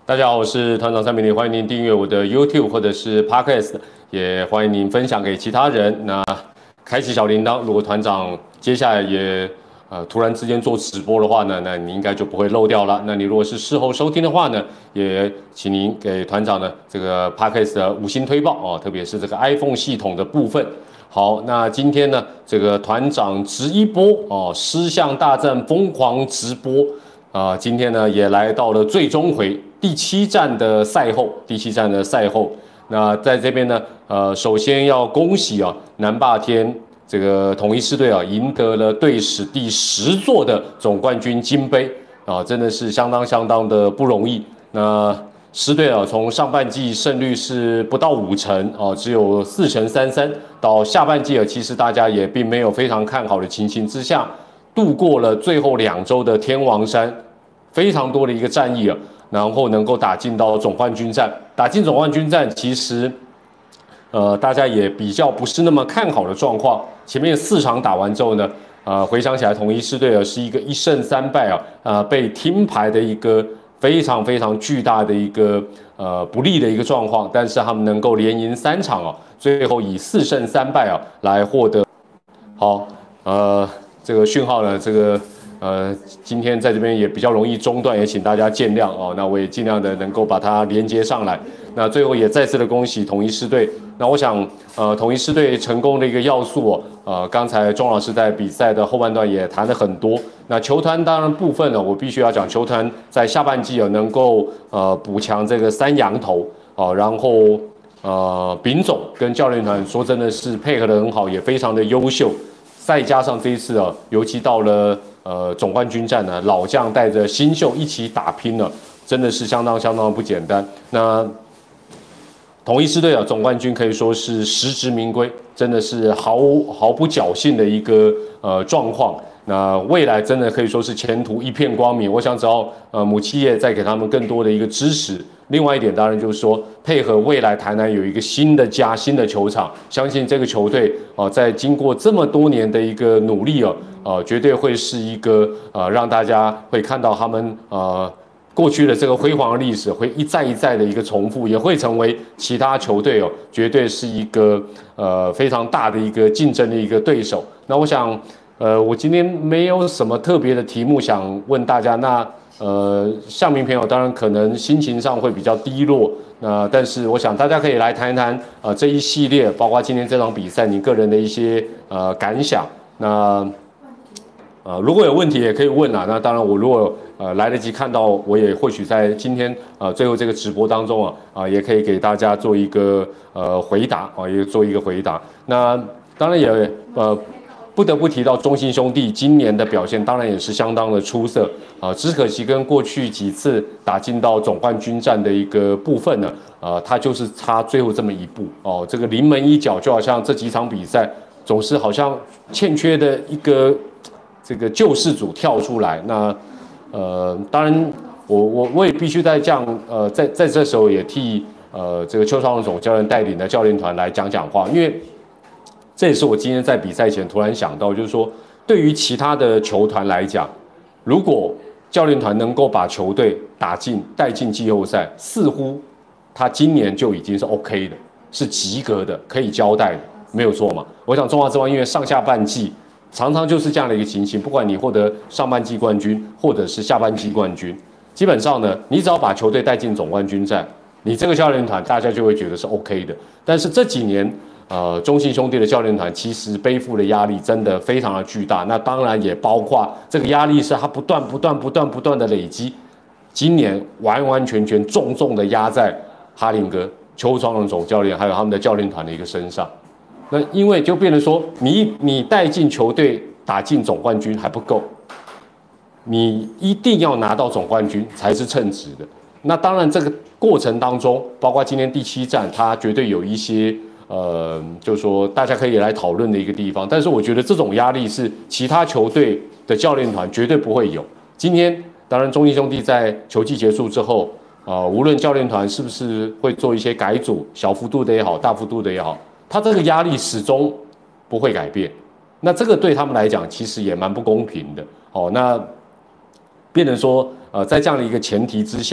大家好，我是团长蔡明礼，欢迎您订阅我的 YouTube 或者是 Podcast，也欢迎您分享给其他人。那开启小铃铛，如果团长接下来也突然之间做直播的话呢，那你应该就不会漏掉了。那你如果是事后收听的话呢，也请您给团长呢这个 Podcast 的5星推报哦，特别是这个 iPhone 系统的部分。好，那今天呢，这个团长直一波哦，狮象大战疯狂直播。今天呢也来到了最终回第7站的赛后，那在这边呢，首先要恭喜南霸天这个统一狮队赢得了队史第10座的总冠军金杯真的是相当的不容易。那狮队从上半季胜率是不到50%只有4成33%，到下半季其实大家也并没有非常看好的情形之下，度过了最后2周的天王山，非常多的一个战役然后能够打进到总冠军战。打进总冠军战，其实大家也比较不是那么看好的状况。前面4场打完之后呢，回想起来，统一狮队是一个1胜3败被听牌的一个非常巨大的一个不利的一个状况，但是他们能够连赢3场最后以4胜3败来获得。好，这个讯号呢，今天在这边也比较容易中断，也请大家见谅那我也尽量的能够把它连接上来。那最后也再次的恭喜统一狮队。那我想，统一狮队成功的一个要素刚才钟老师在比赛的后半段也谈了很多。那球团当然部分我必须要讲，球团在下半季能够补强这个3洋头然后丙总跟教练团说真的是配合得很好，也非常的优秀。再加上这一次尤其到了总冠军战呢，老将带着新秀一起打拼了，真的是相当不简单。那统一狮队总冠军可以说是实至名归，真的是毫不侥幸的一个状况。那未来真的可以说是前途一片光明。我想只要母企业再给他们更多的一个支持。另外一点当然就是说，配合未来台南有一个新的家、新的球场，相信这个球队在经过这么多年的一个努力绝对会是一个让大家会看到他们过去的这个辉煌的历史会一再的一个重复，也会成为其他球队绝对是一个非常大的一个竞争的一个对手。那我想我今天没有什么特别的题目想问大家。那象迷朋友当然可能心情上会比较低落，但是我想大家可以来谈一谈这一系列，包括今天这场比赛你个人的一些感想。那如果有问题也可以问那当然我如果来得及看到，我也或许在今天最后这个直播当中也可以给大家做一个回答也做一个回答。那当然也不得不提到中信兄弟今年的表现，当然也是相当的出色只可惜跟过去几次打进到总冠军战的一个部分呢，他就是差最后这么一步这个临门一脚，就好像这几场比赛总是好像欠缺的一个这个救世主跳出来。那当然我也必须在这样在这时候也替这个邱创总教练带领的教练团来讲话，因为这也是我今天在比赛前突然想到，就是说对于其他的球团来讲，如果教练团能够把球队带进季后赛，似乎他今年就已经是 OK 的，是及格的，可以交代的，没有错嘛。我想中华之邦因为上下半季常常就是这样的一个情形，不管你获得上半季冠军或者是下半季冠军，基本上呢，你只要把球队带进总冠军战，你这个教练团大家就会觉得是 OK 的。但是这几年中信兄弟的教练团其实背负的压力真的非常的巨大，那当然也包括这个压力是他不断的累积，今年完全重的压在哈林哥、邱创荣总教练还有他们的教练团的一个身上。那因为就变成说，你带进球队打进总冠军还不够，你一定要拿到总冠军才是称职的。那当然这个过程当中，包括今天第7站，他绝对有一些就是说大家可以来讨论的一个地方。但是我觉得这种压力是其他球队的教练团绝对不会有。今天当然中信兄弟在球季结束之后无论教练团是不是会做一些改组，小幅度的也好，大幅度的也好，他这个压力始终不会改变。那这个对他们来讲其实也蛮不公平的那变成说在这样的一个前提之下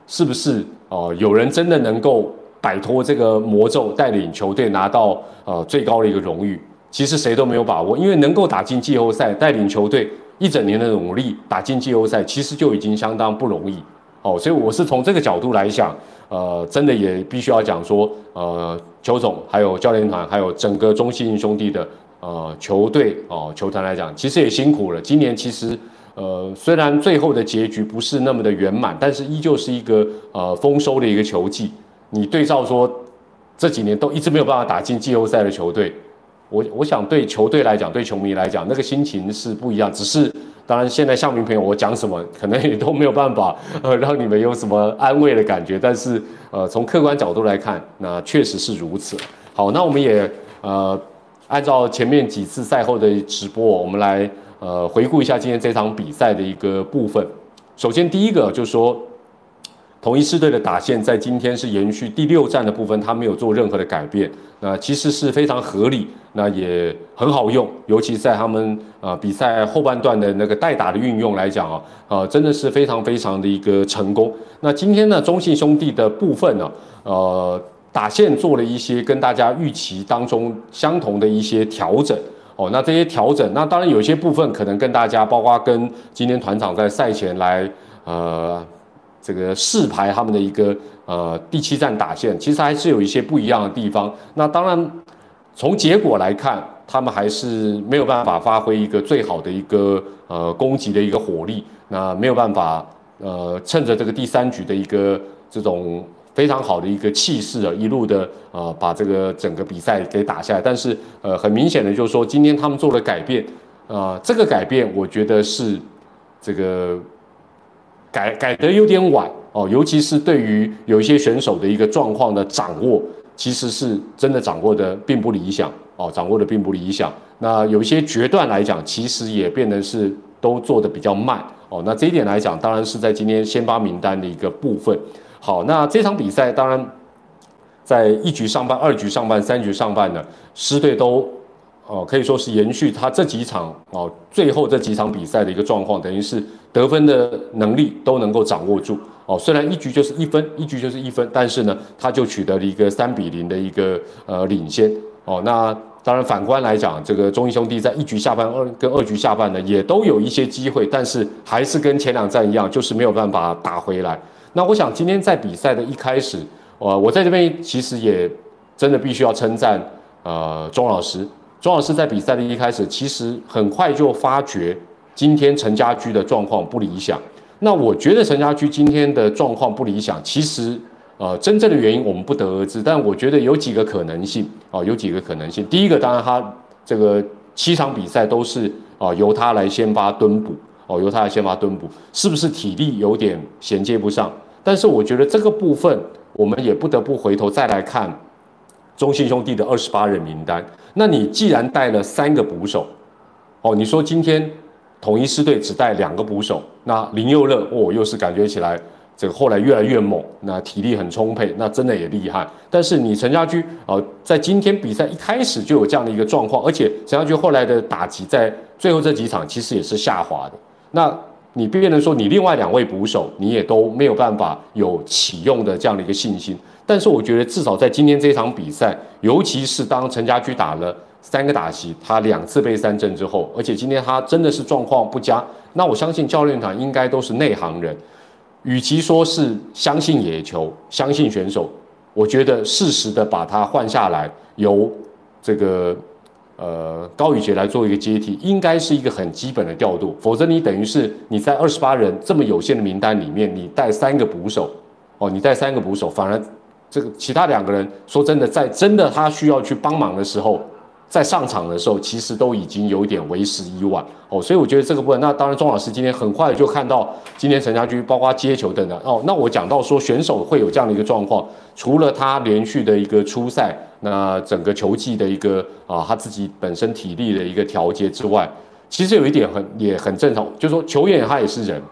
是不是有人真的能够摆脱这个魔咒，带领球队拿到最高的一个荣誉？其实谁都没有把握，因为能够打进季后赛，带领球队一整年的努力打进季后赛，其实就已经相当不容易。所以我是从这个角度来想，真的也必须要讲说，邱总还有教练团，还有整个中信兄弟的球队球团来讲，其实也辛苦了。今年其实虽然最后的结局不是那么的圆满，但是依旧是一个丰收的一个球季。你对照说这几年都一直没有办法打进季后赛的球队，我想对球队来讲，对球迷来讲，那个心情是不一样。只是当然现在象迷朋友我讲什么，可能也都没有办法让你们有什么安慰的感觉。但是从客观角度来看，那确实是如此。好，那我们也按照前面几次赛后的直播，我们来回顾一下今天这场比赛的一个部分。首先第一个就是说，统一狮队的打线在今天是延续第6战的部分，他没有做任何的改变，那其实是非常合理，那也很好用，尤其在他们比赛后半段的那个代打的运用来讲真的是非常非常的一个成功。那今天呢，中信兄弟的部分呢，打线做了一些跟大家预期当中相同的一些调整。那这些调整，那当然有一些部分可能跟大家，包括跟今天团长在赛前来这个试排他们的一个第7战打线，其实还是有一些不一样的地方。那当然从结果来看，他们还是没有办法发挥一个最好的一个攻击的一个火力，那没有办法趁着这个第3局的一个这种非常好的一个气势一路的把这个整个比赛给打下来。但是很明显的就是说，今天他们做了改变，这个改变我觉得是这个改得有点晚尤其是对于有一些选手的一个状况的掌握，其实是真的掌握的并不理想掌握的并不理想。那有一些决断来讲，其实也变得是都做得比较慢那这一点来讲，当然是在今天先发名单的一个部分。好，那这场比赛当然在1局上半、2局上半、3局上半呢，狮队都可以说是延续他这几场最后这几场比赛的一个状况，等于是得分的能力都能够掌握住虽然1局就是1分，1局就是1分，但是呢，他就取得了一个3-0的一个领先那当然反观来讲，这个中信兄弟在1局下半跟2局下半呢，也都有一些机会，但是还是跟前2战一样，就是没有办法打回来。那我想今天在比赛的一开始，我在这边其实也真的必须要称赞钟老师。钟老师在比赛的一开始，其实很快就发觉今天陈家驹的状况不理想。那我觉得陈家驹今天的状况不理想，其实真正的原因我们不得而知，但我觉得有几个可能性有几个可能性。第一个，当然他这个7场比赛都是由他来先发蹲捕由他来先发蹲捕，是不是体力有点衔接不上？但是我觉得这个部分我们也不得不回头再来看中信兄弟的28人名单。那你既然带了3个捕手你说今天统一狮队只带2个捕手，那林佑乐又是感觉起来这个后来越来越猛，那体力很充沛，那真的也厉害。但是你陈家驹在今天比赛一开始就有这样的一个状况，而且陈家驹后来的打击在最后这几场其实也是下滑的。那你变成说你另外2位捕手你也都没有办法有启用的这样的一个信心。但是我觉得至少在今天这场比赛，尤其是当陈家驹打了3个打席，他2次被3振之后，而且今天他真的是状况不佳，那我相信教练团应该都是内行人，与其说是相信野球相信选手，我觉得适时的把他换下来，由这个高宇杰来做一个接替，应该是一个很基本的调度。否则你等于是你在28人这么有限的名单里面，你带3个捕手你带3个捕手，反而这个其他2个人说真的，在真的他需要去帮忙的时候，在上场的时候，其实都已经有点为时已晚所以我觉得这个部分，那当然钟老师今天很快就看到今天陈家驹包括接球等等那我讲到说选手会有这样的一个状况，除了他连续的一个出赛，那整个球季的一个他自己本身体力的一个调节之外，其实有一点也很正常，就是说球员他也是人，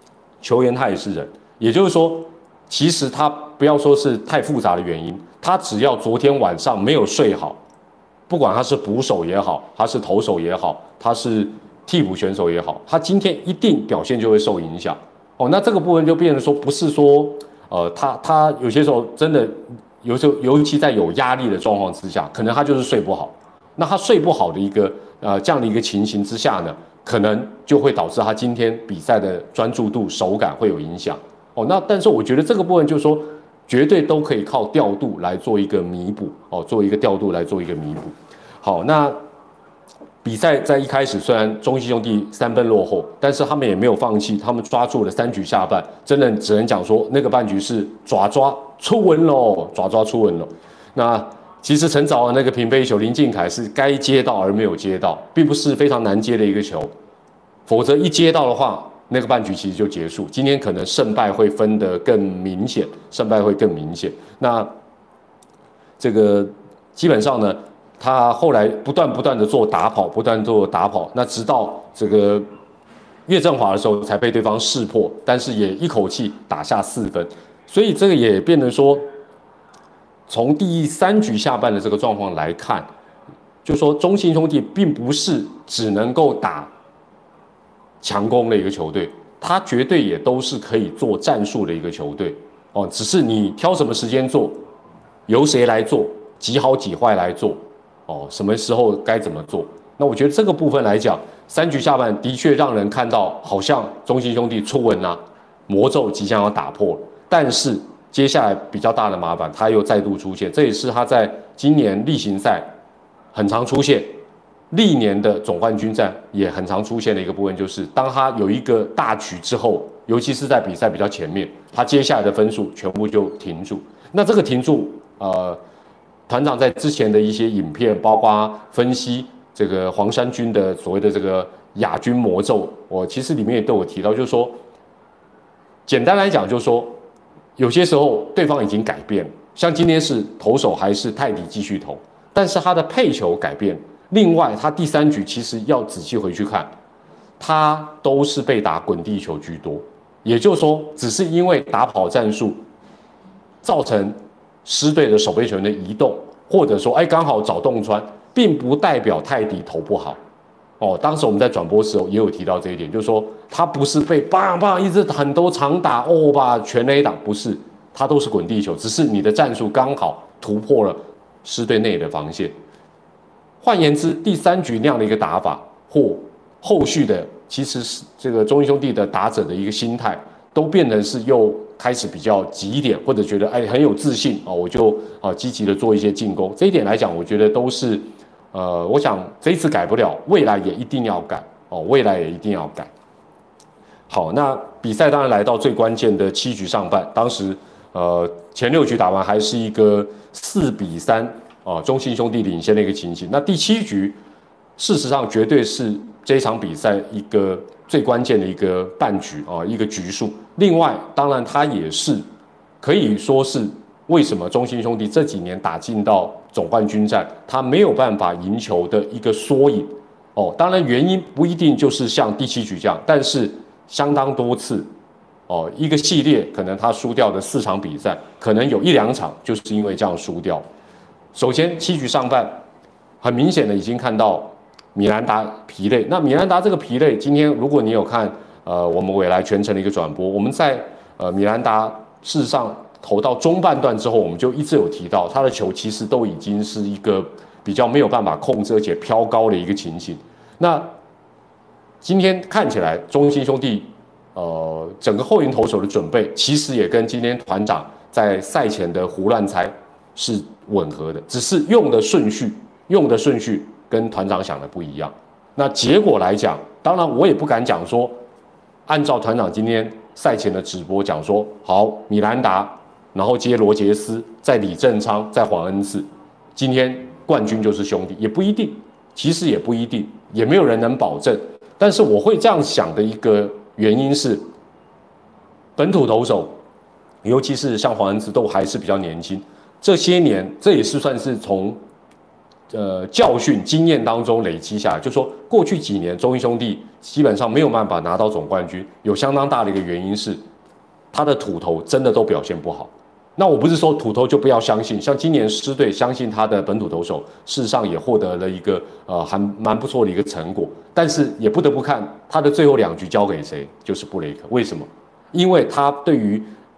也就是说，其实他不要说是太复杂的原因，他只要昨天晚上没有睡好，不管他是捕手也好，他是投手也好，他是替补选手也好，他今天一定表现就会受影响那这个部分就变成说，不是说他有些时候真的，有时候尤其在有压力的状况之下，可能他就是睡不好。那他睡不好的一个这样的一个情形之下呢，可能就会导致他今天比赛的专注度、手感会有影响。那但是我觉得这个部分就是说，绝对都可以靠调度来做一个弥补。做一个调度来做一个弥补。好，那比赛在一开始虽然中信兄弟3分落后，但是他们也没有放弃，他们抓住了3局下半，真的只能讲说那个半局是抓出文喽，抓出文喽。那其实陈早的那个平飞球，林靖凯是该接到而没有接到，并不是非常难接的一个球，否则一接到的话，那个半局其实就结束。今天可能胜败会分得更明显，那这个基本上呢，他后来不断的做打跑，那直到这个岳振华的时候才被对方识破，但是也一口气打下4分，所以这个也变成说，从第3局下半的这个状况来看，就说中信兄弟并不是只能够打强攻的一个球队，他绝对也都是可以做战术的一个球队只是你挑什么时间做，由谁来做，几好几坏来做什么时候该怎么做。那我觉得这个部分来讲，3局下半的确让人看到好像中信兄弟出文魔咒即将要打破了，但是接下来比较大的麻烦他又再度出现，这也是他在今年例行赛很常出现，历年的总冠军战也很常出现的一个部分，就是当他有一个大局之后，尤其是在比赛比较前面，他接下来的分数全部就停住。那这个停住团长在之前的一些影片，包括分析这个黄衫军的所谓的这个亚军魔咒，我其实里面也都有提到，就是说，简单来讲，就是说，有些时候对方已经改变了，像今天是投手还是泰迪继续投，但是他的配球改变。另外，他第3局其实要仔细回去看，他都是被打滚地球居多，也就是说，只是因为打跑战术造成狮队的守备球员的移动，或者说刚好找洞穿，并不代表泰迪投不好当时我们在转播的时候也有提到这一点，就是说他不是被棒棒一直很多长打把全垒打，不是，他都是滚地球，只是你的战术刚好突破了狮队内的防线。换言之，第3局那样的一个打法，或后续的其实是这个中信兄弟的打者的一个心态，都变成是又开始比较急一点，或者觉得很有自信我就积极的做一些进攻。这一点来讲，我觉得都是我想这一次改不了，未来也一定要改好，那比赛当然来到最关键的7局上半，当时前6局打完还是一个4-3。中信兄弟领先的一个情形。那第7局，事实上绝对是这一场比赛一个最关键的一个半局一个局数。另外，当然它也是可以说是为什么中信兄弟这几年打进到总冠军战，他没有办法赢球的一个缩影当然原因不一定就是像第7局这样，但是相当多次一个系列可能他输掉的4场比赛，可能有1-2场就是因为这样输掉。首先7局上半，很明显的已经看到米兰达疲累。那米兰达这个疲累，今天如果你有看我们未来全程的一个转播，我们在米兰达事实上投到中半段之后，我们就一直有提到他的球其实都已经是一个比较没有办法控制而且飘高的一个情形。那今天看起来中信兄弟整个后援投手的准备，其实也跟今天团长在赛前的胡乱猜是吻合的，只是用的顺序跟团长想的不一样。那结果来讲，当然我也不敢讲说，按照团长今天赛前的直播讲说，好，米兰达，然后接罗杰斯，在李正昌，在黄恩赐，今天冠军就是兄弟，也不一定，其实也不一定，也没有人能保证。但是我会这样想的一个原因是，本土投手，尤其是像黄恩赐，都还是比较年轻。这些年，这也是算是从教训经验当中累积下来，就说过去几年中信兄弟基本上没有办法拿到总冠军，有相当大的一个原因是他的土投真的都表现不好。那我不是说土投就不要相信，像今年狮队相信他的本土投手，事实上也获得了一个还蛮不错的一个成果，但是也不得不看他的最后2局交给谁，就是布雷克。为什么？因为他对于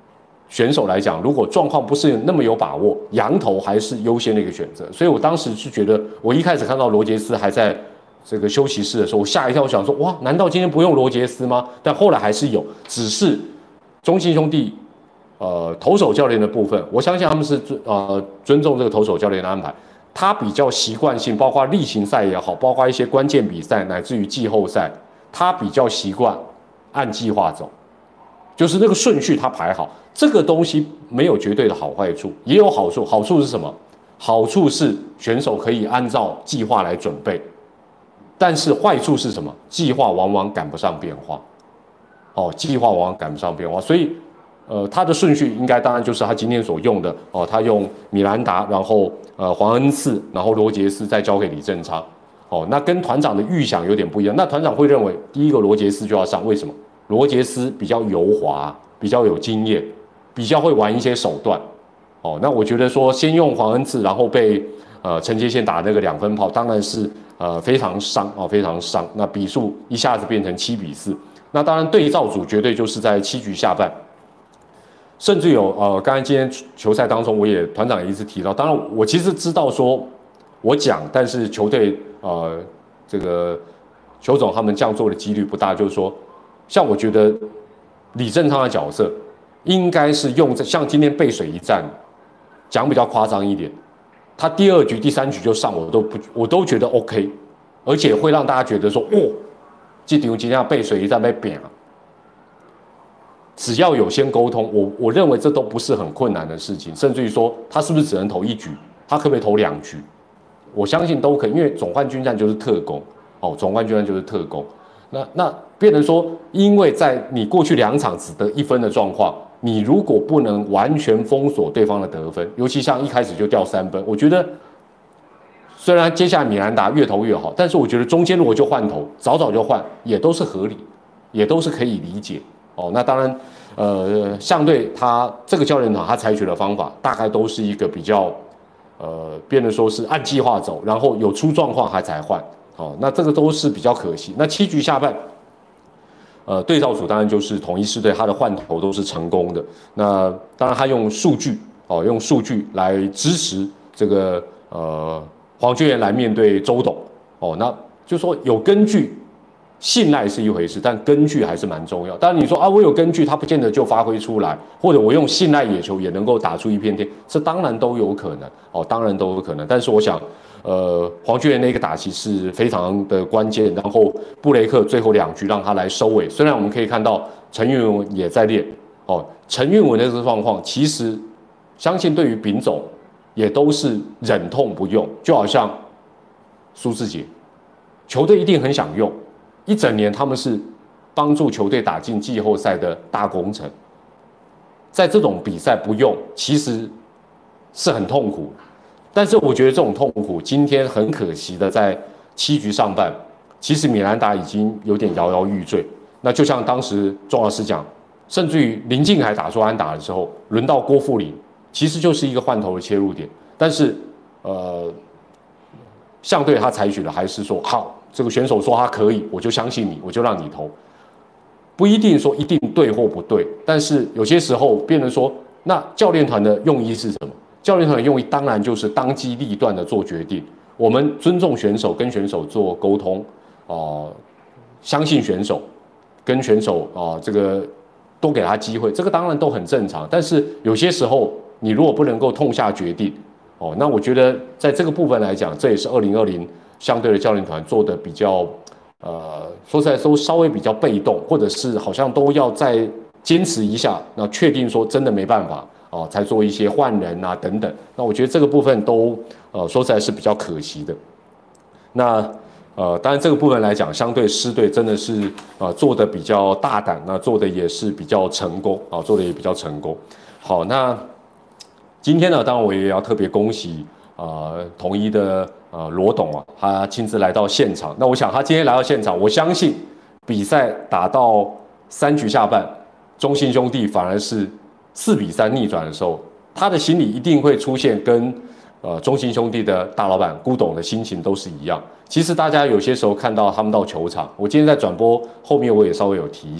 选手来讲，如果状况不是那么有把握，洋投还是优先的一个选择。所以我当时是觉得，我一开始看到罗杰斯还在这个休息室的时候，我吓一跳，我想说哇，难道今天不用罗杰斯吗？但后来还是有，只是中信兄弟投手教练的部分，我相信他们是尊重这个投手教练的安排。他比较习惯性，包括例行赛也好，包括一些关键比赛，乃至于季后赛，他比较习惯按计划走，就是那个顺序他排好。这个东西没有绝对的好坏处，也有好处。好处是什么？好处是选手可以按照计划来准备，但是坏处是什么？计划往往赶不上变化。计划往往赶不上变化，所以他的顺序应该当然就是他今天所用的他用米兰达，然后黄恩赐，然后罗杰斯再交给李正昌。那跟团长的预想有点不一样。那团长会认为第一个罗杰斯就要上，为什么？罗杰斯比较油滑，比较有经验，比较会玩一些手段。那我觉得说先用黄恩赐，然后被陈杰宪打那个2分炮，当然是非常伤非常伤。那比数一下子变成7-4。那当然对照组绝对就是在7局下半。甚至有刚才今天球赛当中，团长也一直提到，当然我其实知道说我讲，但是球队这个球总他们这样做的几率不大，就是说，像我觉得李正昌的角色应该是用像今天背水一战，讲比较夸张一点，他第2局、第3局就上，我都觉得 OK， 而且会让大家觉得说，这场今天背水一战被扁了。只要有先沟通，我认为这都不是很困难的事情，甚至于说他是不是只能投1局，他可不可以投2局，我相信都可以，因为总冠军战就是特工，总冠军战就是特工。那变成说，因为在你过去2场只得1分的状况，你如果不能完全封锁对方的得分，尤其像一开始就掉3分，我觉得虽然接下来米兰达越投越好，但是我觉得中间如果就换投，早就换，也都是合理，也都是可以理解。那当然，相对他这个教练团他采取的方法，大概都是一个比较，变得说是按计划走，然后有出状况他才换。那这个都是比较可惜。那7局下半，对照组当然就是统一狮队，他的换投都是成功的。那当然他用数据来支持这个黄俊彦来面对周董。那就说有根据。信赖是一回事，但根据还是蛮重要。当然你说我有根据，他不见得就发挥出来，或者我用信赖野球也能够打出一片天，这当然都有可能当然都有可能。但是我想，黄俊彦那个打击是非常的关键，然后布雷克最后2局让他来收尾。虽然我们可以看到陈韵文也在练陈韵文的这个状况，其实相信对于丙总也都是忍痛不用，就好像苏智杰，球队一定很想用。1整年他们是帮助球队打进季后赛的大功臣，在这种比赛不用，其实是很痛苦。但是我觉得这种痛苦，今天很可惜的在7局上半，其实米兰达已经有点摇摇欲坠。那就像当时钟老师讲，甚至于林靖海打出安打的时候，轮到郭富林，其实就是一个换投的切入点。但是相对他采取的还是说好。这个选手说他可以，我就相信你，我就让你投，不一定说一定对或不对，但是有些时候变成说，那教练团的用意是什么？教练团的用意当然就是当机立断的做决定，我们尊重选手，跟选手做沟通，相信选手，跟选手这个多给他机会，这个当然都很正常。但是有些时候你如果不能够痛下决定，那我觉得在这个部分来讲，这也是2020。相对的教练团做的比较，说实在都稍微比较被动，或者是好像都要再坚持一下，那确定说真的没办法才做一些换人啊等等。那我觉得这个部分都说实在是比较可惜的。那当然这个部分来讲，相对狮队真的是做的比较大胆，那做的也是比较成功做的也比较成功。好，那今天呢，当然我也要特别恭喜统一的。罗董他亲自来到现场。那我想他今天来到现场，我相信比赛打到3局下半，中信兄弟反而是4-3逆转的时候，他的心里一定会出现跟中信兄弟的大老板辜董的心情都是一样。其实大家有些时候看到他们到球场，我今天在转播后面我也稍微有提一下，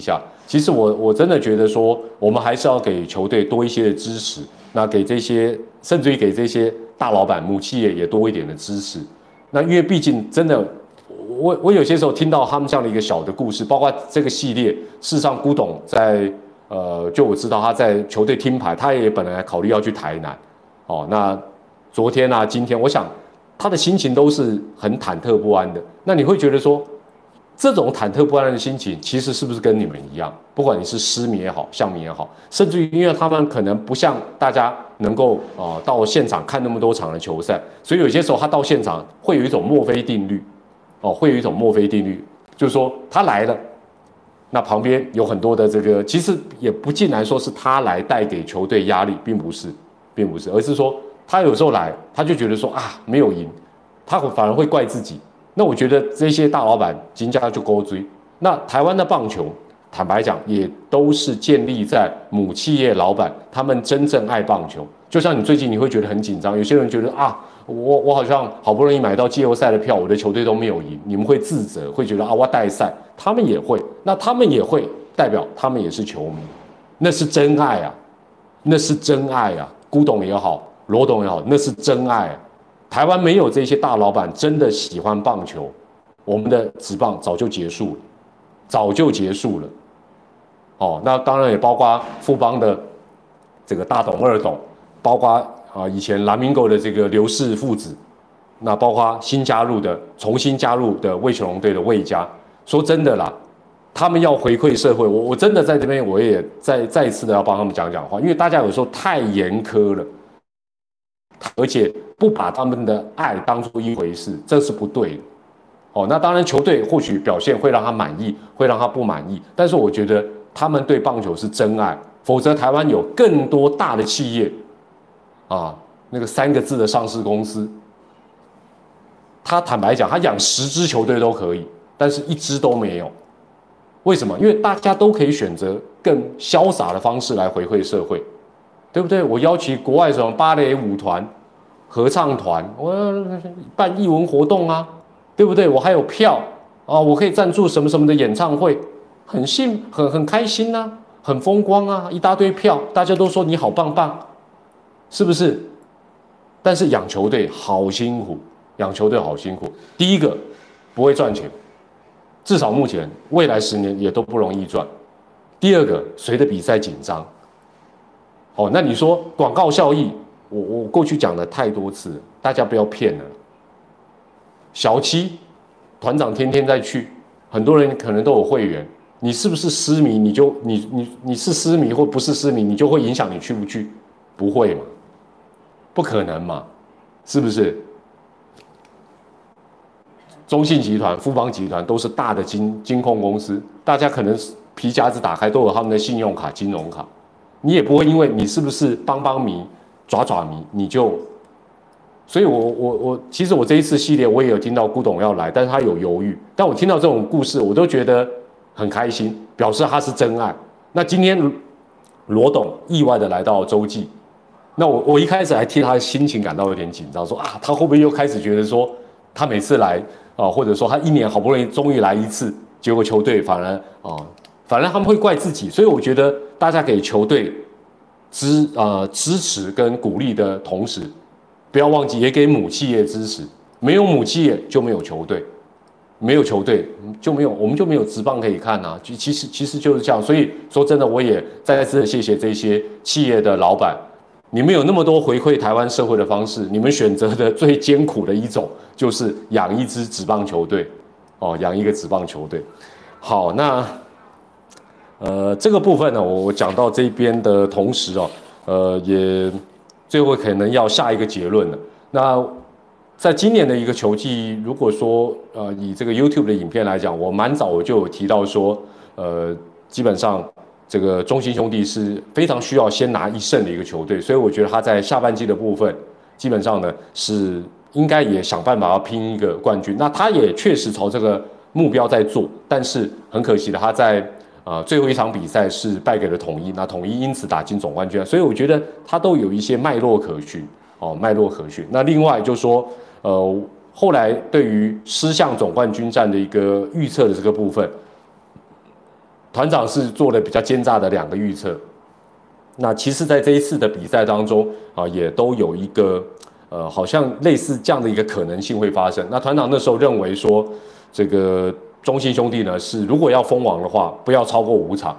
其实我真的觉得说，我们还是要给球队多一些的支持，那给这些甚至于给这些大老板、母企业也多一点的支持。那因为毕竟真的，我有些时候听到他们这样的一个小的故事，包括这个系列，事实上古董在就我知道他在球队听牌，他也本来考虑要去台南，哦，那昨天啊，今天，我想他的心情都是很忐忑不安的。那你会觉得说，这种忐忑不安的心情，其实是不是跟你们一样？不管你是狮迷也好，象迷也好，甚至于因为他们可能不像大家能够到现场看那么多场的球赛，所以有些时候他到现场会有一种墨菲定律，会有一种墨菲定律，就是说他来了，那旁边有很多的这个，其实也不尽然说是他来带给球队压力，并不是，而是说他有时候来，他就觉得说啊没有赢，他反而会怪自己。那我觉得这些大老板金家就勾追。那台湾的棒球，坦白讲，也都是建立在母企业老板他们真正爱棒球。就像你最近你会觉得很紧张，有些人觉得啊，我好像好不容易买到季后赛的票，我的球队都没有赢，你们会自责，会觉得啊我带赛，他们也会，那他们也会代表他们也是球迷，那是真爱啊，那是真爱啊，古董也好，罗董也好，那是真爱啊。台湾没有这些大老板真的喜欢棒球，我们的职棒早就结束了，早就结束了。那当然也包括富邦的这个大董、二董，包括以前蓝明狗的这个刘氏父子，那包括重新加入的味全龙队的魏家。说真的啦，他们要回馈社会，我真的在这边我也再一次的要帮他们讲讲话，因为大家有时候太严苛了。而且不把他们的爱当作一回事，这是不对的。那当然球队或许表现会让他满意，会让他不满意，但是我觉得他们对棒球是真爱，否则台湾有更多大的企业那个3个字的上市公司，他坦白讲，他养10支球队都可以，但是1支都没有。为什么？因为大家都可以选择更潇洒的方式来回馈社会。对不对？我邀请国外什么芭蕾舞团、合唱团，我办艺文活动啊，对不对？我还有票我可以赞助什么什么的演唱会，很开心啊，很风光啊，一大堆票，大家都说你好棒棒，是不是？但是养球队好辛苦，第一个不会赚钱，至少目前未来10年也都不容易赚。第二个，随着比赛紧张。那你说广告效益，我过去讲了太多次了，大家不要骗了。小7团长天天在去，很多人可能都有会员，你是不是狮迷？你是狮迷或不是狮迷，你就会影响你去不去？不会嘛？不可能嘛？是不是？中信集团、富邦集团都是大的金控公司，大家可能皮夹子打开都有他们的信用卡、金融卡。你也不会因为你是不是帮迷、爪迷，你就，所以其实我这一次系列我也有听到古董要来，但是他有犹豫，但我听到这种故事，我都觉得很开心，表示他是真爱。那今天罗董意外的来到洲际，那我一开始还替他的心情感到有点紧张，说他会不会又开始觉得说他每次来或者说他1年好不容易终于来一次，结果球队反而他们会怪自己，所以我觉得大家给球队支持跟鼓励的同时，不要忘记也给母企业支持。没有母企业就没有球队，没有球队我们就没有职棒可以看啊。其实就是这样。所以说真的，我也再次的谢谢这些企业的老板，你们有那么多回馈台湾社会的方式，你们选择的最艰苦的一种就是养一支职棒球队，养一个职棒球队。好，那。这个部分呢，我讲到这边的同时也最后可能要下一个结论了。那在今年的一个球季，如果说以这个 YouTube 的影片来讲，我蛮早我就有提到说，基本上这个中信兄弟是非常需要先拿1胜的一个球队，所以我觉得他在下半季的部分，基本上呢是应该也想办法要拼一个冠军。那他也确实朝这个目标在做，但是很可惜的，他在最后一场比赛是败给了统一，那统一因此打进总冠军，所以我觉得他都有一些脉络可循，那另外就说，后来对于狮象总冠军战的一个预测的这个部分， 团长是做了比较奸诈的2个预测。那其实，在这一次的比赛当中也都有一个好像类似这样的一个可能性会发生。那团长那时候认为说，这个中信兄弟呢是如果要封王的话，不要超过5场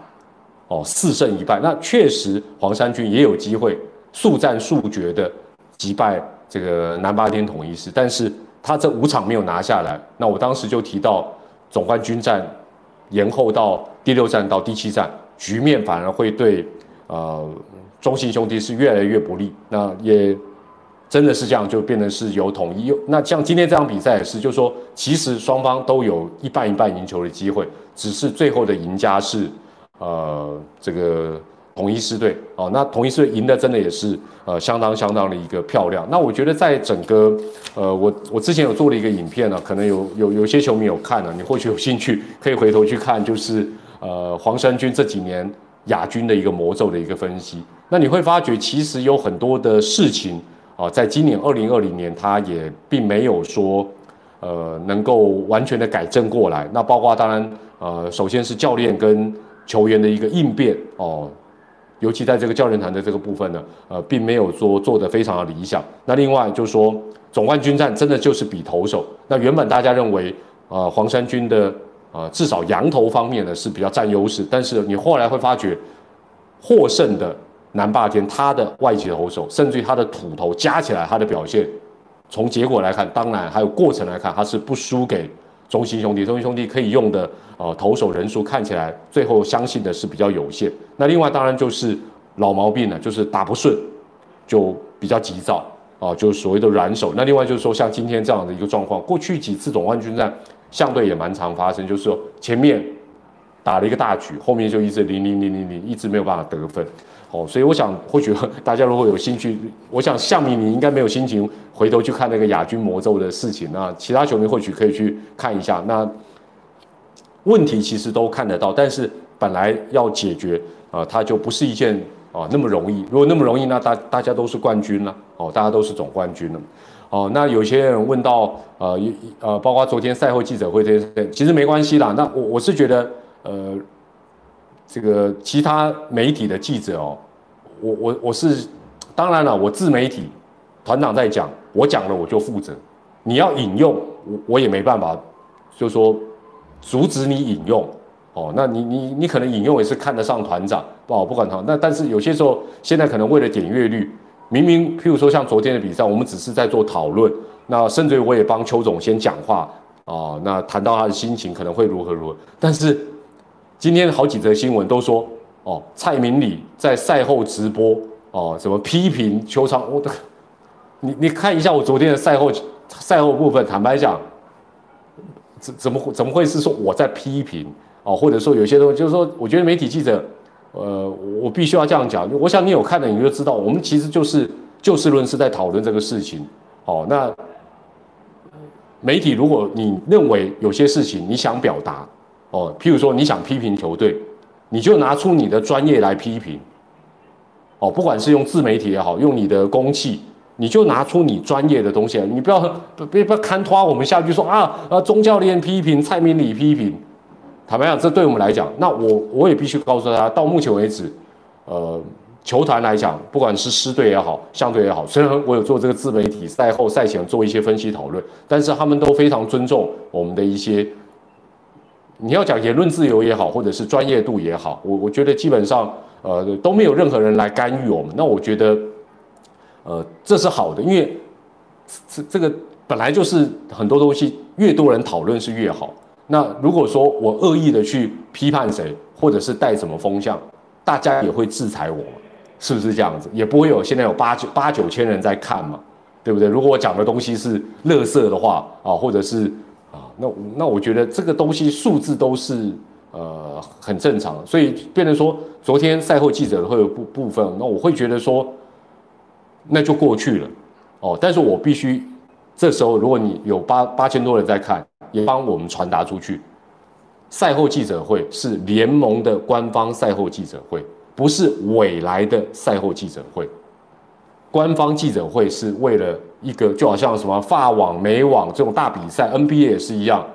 ，4胜1败。那确实黄衫军也有机会速战速决的击败这个南霸天统一狮，但是他这5场没有拿下来。那我当时就提到总冠军战延后到第6战到第7战，局面反而会对中信兄弟是越来越不利。那也真的是这样，就变成是有统一。那像今天这场比赛也是，就是说其实双方都有一半一半赢球的机会，只是最后的赢家是这个统一狮队那统一狮队赢的真的也是相当的一个漂亮。那我觉得在整个我之前有做了一个影片可能有些球迷有看你或许有兴趣可以回头去看，就是黄衫军这几年亚军的一个魔咒的一个分析。那你会发觉其实有很多的事情在今年2020年他也并没有说能够完全的改正过来。那包括当然首先是教练跟球员的一个应变尤其在这个教练团的这个部分呢并没有说做得非常的理想。那另外就是说总冠军战真的就是比投手。那原本大家认为黄衫军的至少洋投方面呢是比较占优势，但是你后来会发觉获胜的南霸天他的外籍投手甚至于他的土投加起来他的表现，从结果来看，当然还有过程来看，他是不输给中信兄弟。中信兄弟可以用的投手人数看起来最后相信的是比较有限。那另外当然就是老毛病了，就是打不顺就比较急躁就是所谓的软手。那另外就是说像今天这样的一个状况，过去几次总冠军战相对也蛮常发生，就是说前面打了一个大局，后面就一直0-0-0-0-0，一直没有办法得分所以我想或许大家如果有兴趣，我想象迷你应该没有心情回头去看那个亚军魔咒的事情，那其他球迷或许可以去看一下。那问题其实都看得到，但是本来要解决它就不是一件那么容易。如果那么容易，那大家都是冠军了大家都是总冠军了那有些人问到包括昨天赛后记者会这些，其实没关系啦。那我是觉得这个其他媒体的记者我是当然了，我自媒体团长在讲，我讲了我就负责。你要引用我也没办法，就是说阻止你引用那你可能引用也是看得上团长不管他。那但是有些时候现在可能为了点阅率，明明譬如说像昨天的比赛，我们只是在做讨论，那甚至于我也帮邱总先讲话那谈到他的心情可能会如何，但是今天好几则新闻都说蔡明礼在赛后直播什么批评球场，你看一下我昨天的赛后部分，坦白讲，怎么会是说我在批评或者说有些东西就是说，我觉得媒体记者我必须要这样讲，我想你有看的你就知道，我们其实就是就事论事在讨论这个事情那媒体如果你认为有些事情你想表达譬如说你想批评球队，你就拿出你的专业来批评不管是用自媒体也好，用你的公器，你就拿出你专业的东西来，你不要看拖我们下去说钟教练批评，蔡明礼批评。坦白讲，这对我们来讲，那我也必须告诉大家，到目前为止球团来讲，不管是狮队也好，象队也好，虽然我有做这个自媒体赛后赛前做一些分析讨论，但是他们都非常尊重我们的一些，你要讲言论自由也好，或者是专业度也好，我觉得基本上都没有任何人来干预我们。那我觉得这是好的，因为这个本来就是很多东西越多人讨论是越好。那如果说我恶意的去批判谁，或者是带什么风向，大家也会制裁我，是不是这样子？也不会有现在有8-9千人在看嘛，对不对？如果我讲的东西是垃圾的话或者是那我觉得这个东西数字都是很正常的，所以变成说昨天赛后记者会有部分，那我会觉得说那就过去了但是我必须这时候如果你有8000多人在看，也帮我们传达出去，赛后记者会是联盟的官方赛后记者会，不是委来的赛后记者会。官方记者会是为了一个就好像什么法网美网这种大比赛 NBA 也是一样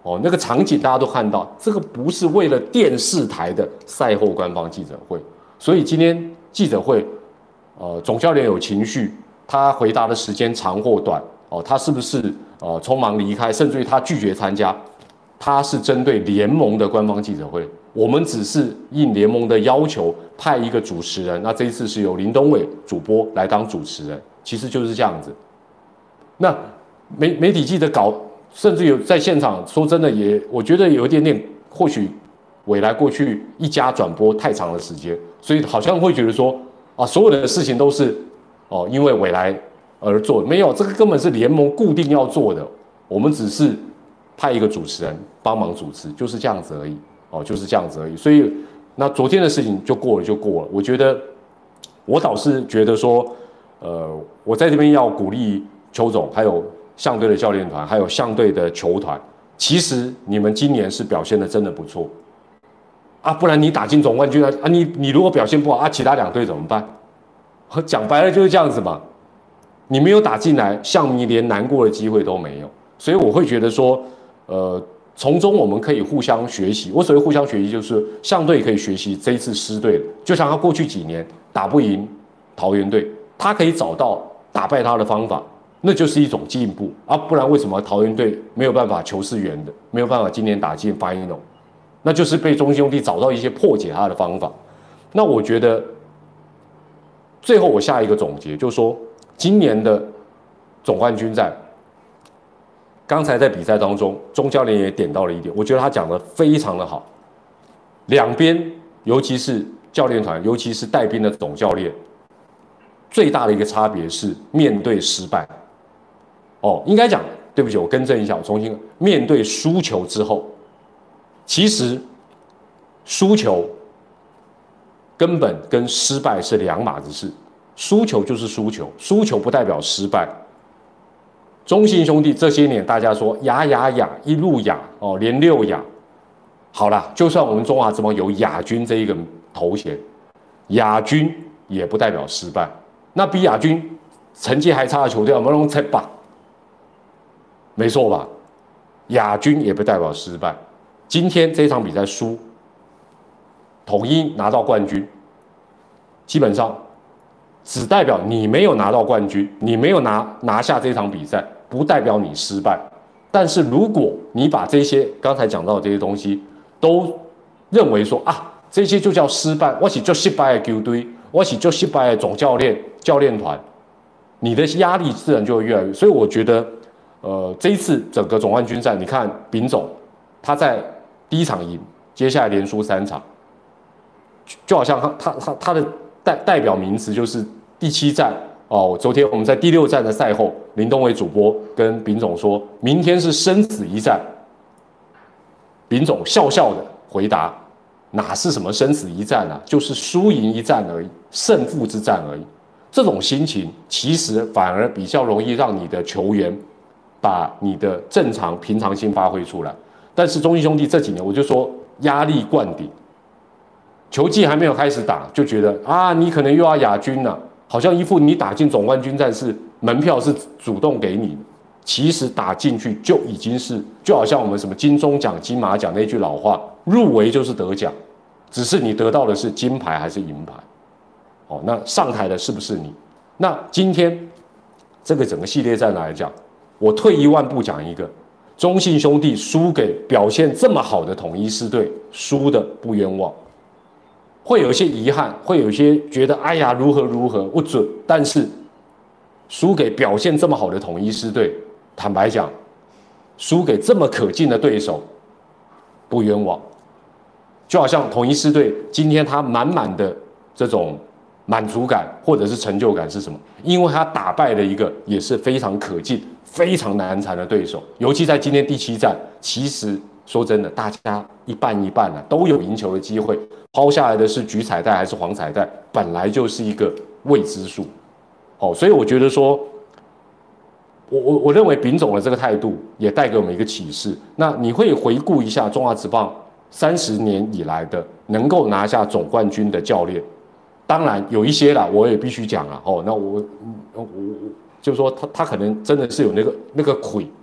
哦，那个场景大家都看到，这个不是为了电视台的赛后官方记者会，所以今天记者会，总教练有情绪，他回答的时间长或短，哦，他是不是匆忙离开，甚至于他拒绝参加，他是针对联盟的官方记者会，我们只是应联盟的要求派一个主持人，那这一次是由林东伟主播来当主持人，其实就是这样子。那媒体记者搞。甚至有在现场，说真的也，我觉得有一点点，或许未来过去一家转播太长的时间，所以好像会觉得说啊，所有的事情都是因为未来而做，没有，这个根本是联盟固定要做的，我们只是派一个主持人帮忙主持，就是这样子而已，就是这样子而已。所以那昨天的事情就过了就过了，我觉得我倒是觉得说，我在这边要鼓励邱总还有。象队的教练团，还有象队的球团，其实你们今年是表现的真的不错啊，不然你打进总冠军啊，你如果表现不好啊，其他2队怎么办？讲白了就是这样子嘛，你没有打进来，象迷连难过的机会都没有，所以我会觉得说，从中我们可以互相学习。我所谓互相学习，就是象队可以学习这一次狮队，就像他过去几年打不赢桃园队，他可以找到打败他的方法。那就是一种进步啊，不然为什么桃园队没有办法球是圆的，没有办法今年打进 final？ 那就是被中信兄弟找到一些破解他的方法。那我觉得最后我下一个总结，就是说今年的总冠军战，刚才在比赛当中，钟教练也点到了一点，我觉得他讲得非常的好。两边，尤其是教练团，尤其是带兵的总教练，最大的一个差别是面对失败。应该讲，对不起，我更正一下，我重新面对输球之后，其实输球根本跟失败是两码子事，输球就是输球，输球不代表失败。中信兄弟这些年大家说亚一路亚连6亚，好啦，就算我们中华职棒有亚军这一个头衔，亚军也不代表失败。那比亚军成绩还差的球队，我们用猜吧。没错吧？亚军也不代表失败。今天这场比赛输，统一拿到冠军，基本上只代表你没有拿到冠军，你没有拿下这场比赛，不代表你失败。但是如果你把这些刚才讲到的这些东西都认为说啊，这些就叫失败，我是就失败的球队，我是就失败的总教练团，你的压力自然就会越来越。所以我觉得。这一次整个总冠军战，你看丙总他在第1场赢，接下来连输3场，就好像他的代表名词就是第7战昨天我们在第6战的赛后，林东伟主播跟丙总说，明天是生死一战。丙总笑笑的回答，哪是什么生死一战啊，就是输赢一战而已，胜负之战而已。这种心情其实反而比较容易让你的球员把你的正常平常心发挥出来。但是中信兄弟这几年，我就说压力灌顶，球季还没有开始打，就觉得啊，你可能又要亚军了，好像一副你打进总冠军战是门票是主动给你的，其实打进去就已经是，就好像我们什么金钟奖、金马奖那句老话，入围就是得奖，只是你得到的是金牌还是银牌。那上台的是不是你？那今天这个整个系列战来讲，我退1万步讲一个，中信兄弟输给表现这么好的统一狮队，输的不冤枉，会有一些遗憾，会有一些觉得哎呀如何不准，但是输给表现这么好的统一狮队，坦白讲，输给这么可敬的对手，不冤枉。就好像统一狮队今天他满满的这种满足感或者是成就感是什么？因为他打败了一个也是非常可敬、非常难缠的对手，尤其在今天第7战，其实说真的，大家一半啊，都有赢球的机会，抛下来的是橘彩带还是黄彩带，本来就是一个未知数。所以我觉得说，我认为丙总的这个态度也带给我们一个启示。那你会回顾一下中华职棒30年以来的能够拿下总冠军的教练。当然有一些啦，我也必须讲啦。那我就是说他可能真的是有那个魁，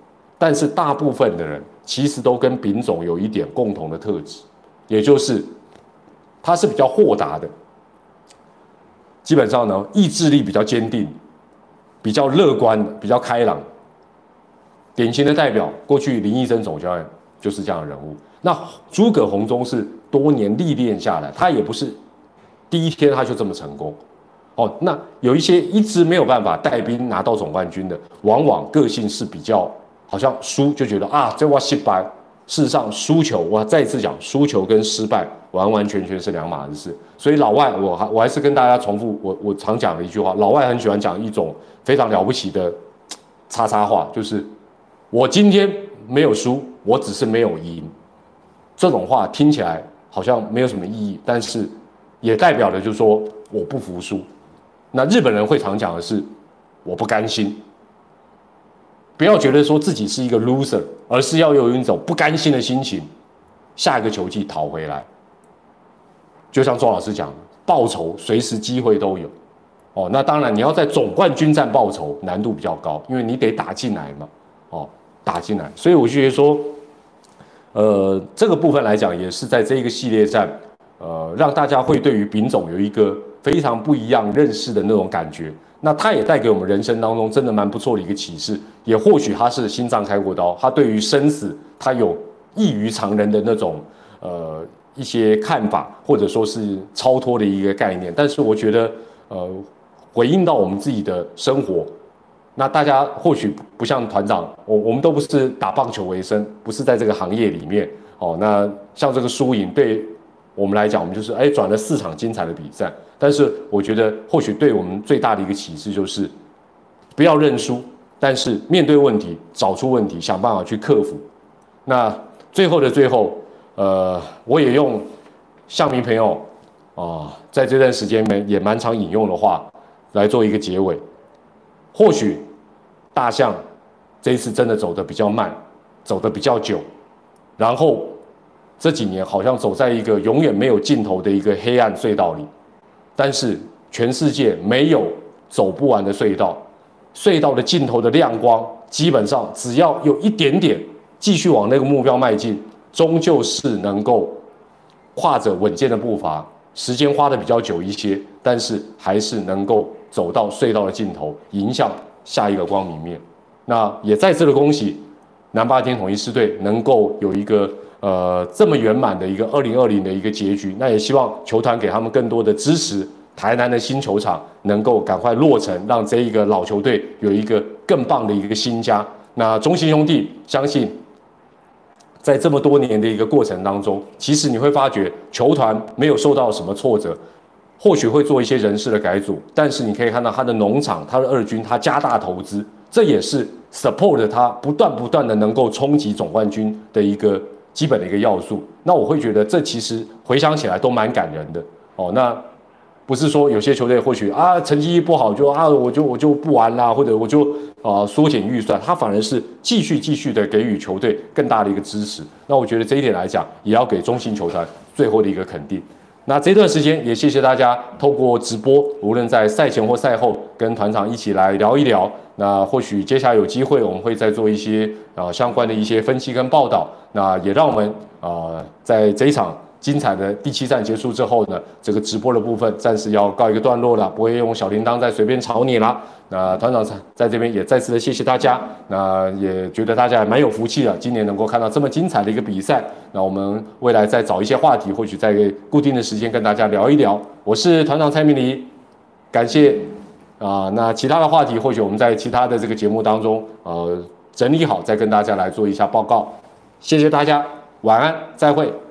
但是大部分的人其实都跟丙种有一点共同的特质，也就是他是比较豁达的，基本上呢意志力比较坚定，比较乐观，比较开朗。典型的代表，过去林义珍总教练就是这样的人物。那诸葛洪宗是多年历练下来，他也不是第一天他就这么成功。那有一些一直没有办法带兵拿到总冠军的，往往个性是比较好像输就觉得这我失败。事实上，输球我再一次讲，输球跟失败完完全全是两码子事。所以老外，我还是跟大家重复我常讲的一句话，老外很喜欢讲一种非常了不起的叉叉话，就是我今天没有输，我只是没有赢。这种话听起来好像没有什么意义，但是也代表的就是说我不服输。那日本人会常讲的是我不甘心。不要觉得说自己是一个 loser， 而是要有一种不甘心的心情，下一个球季讨回来。就像周老师讲的，报仇随时机会都有。那当然你要在总冠军战报仇难度比较高，因为你得打进来嘛。打进来，所以我就觉得说，这个部分来讲，也是在这一个系列战，让大家会对于丙种有一个非常不一样认识的那种感觉。那它也带给我们人生当中真的蛮不错的一个启示，也或许他是心脏开过刀，他对于生死他有异于常人的那种一些看法，或者说是超脱的一个概念。但是我觉得回应到我们自己的生活，那大家或许不像团长，我们都不是打棒球为生，不是在这个行业里面。那像这个输赢对我们来讲，我们就是转了4场精彩的比赛。但是我觉得或许对我们最大的一个启示就是不要认输，但是面对问题，找出问题，想办法去克服。那最后的最后，我也用象迷朋友在这段时间也蛮常引用的话来做一个结尾。或许大象这一次真的走得比较慢，走得比较久，然后这几年好像走在一个永远没有尽头的一个黑暗隧道里。但是全世界没有走不完的隧道，隧道的尽头的亮光，基本上只要有一点点继续往那个目标迈进，终究是能够跨着稳健的步伐，时间花得比较久一些，但是还是能够走到隧道的尽头，迎向下一个光明面。那也再次的恭喜南霸天统一狮队能够有一个这么圆满的一个2020的一个结局。那也希望球团给他们更多的支持，台南的新球场能够赶快落成，让这一个老球队有一个更棒的一个新家。那中信兄弟相信在这么多年的一个过程当中，其实你会发觉球团没有受到什么挫折，或许会做一些人事的改组，但是你可以看到他的农场，他的二军，他加大投资，这也是 support 他不断的能够冲击总冠军的一个基本的一个要素。那我会觉得这其实回想起来都蛮感人的。那不是说有些球队或许成绩不好就我就不玩啦，或者我就缩减预算，他反而是继续的给予球队更大的一个支持。那我觉得这一点来讲，也要给中信球团最后的一个肯定。那这段时间也谢谢大家透过直播，无论在赛前或赛后，跟团长一起来聊一聊。那或许接下来有机会，我们会再做一些相关的一些分析跟报道。那也让我们在这一场精彩的第7战结束之后呢，这个直播的部分暂时要告一个段落了，不会用小铃铛再随便吵你了。那团长在这边也再次的谢谢大家，那也觉得大家也蛮有福气的，今年能够看到这么精彩的一个比赛。那我们未来再找一些话题，或许在固定的时间跟大家聊一聊。我是团长蔡明黎，感谢那其他的话题或许我们在其他的这个节目当中整理好，再跟大家来做一下报告。谢谢大家，晚安，再会。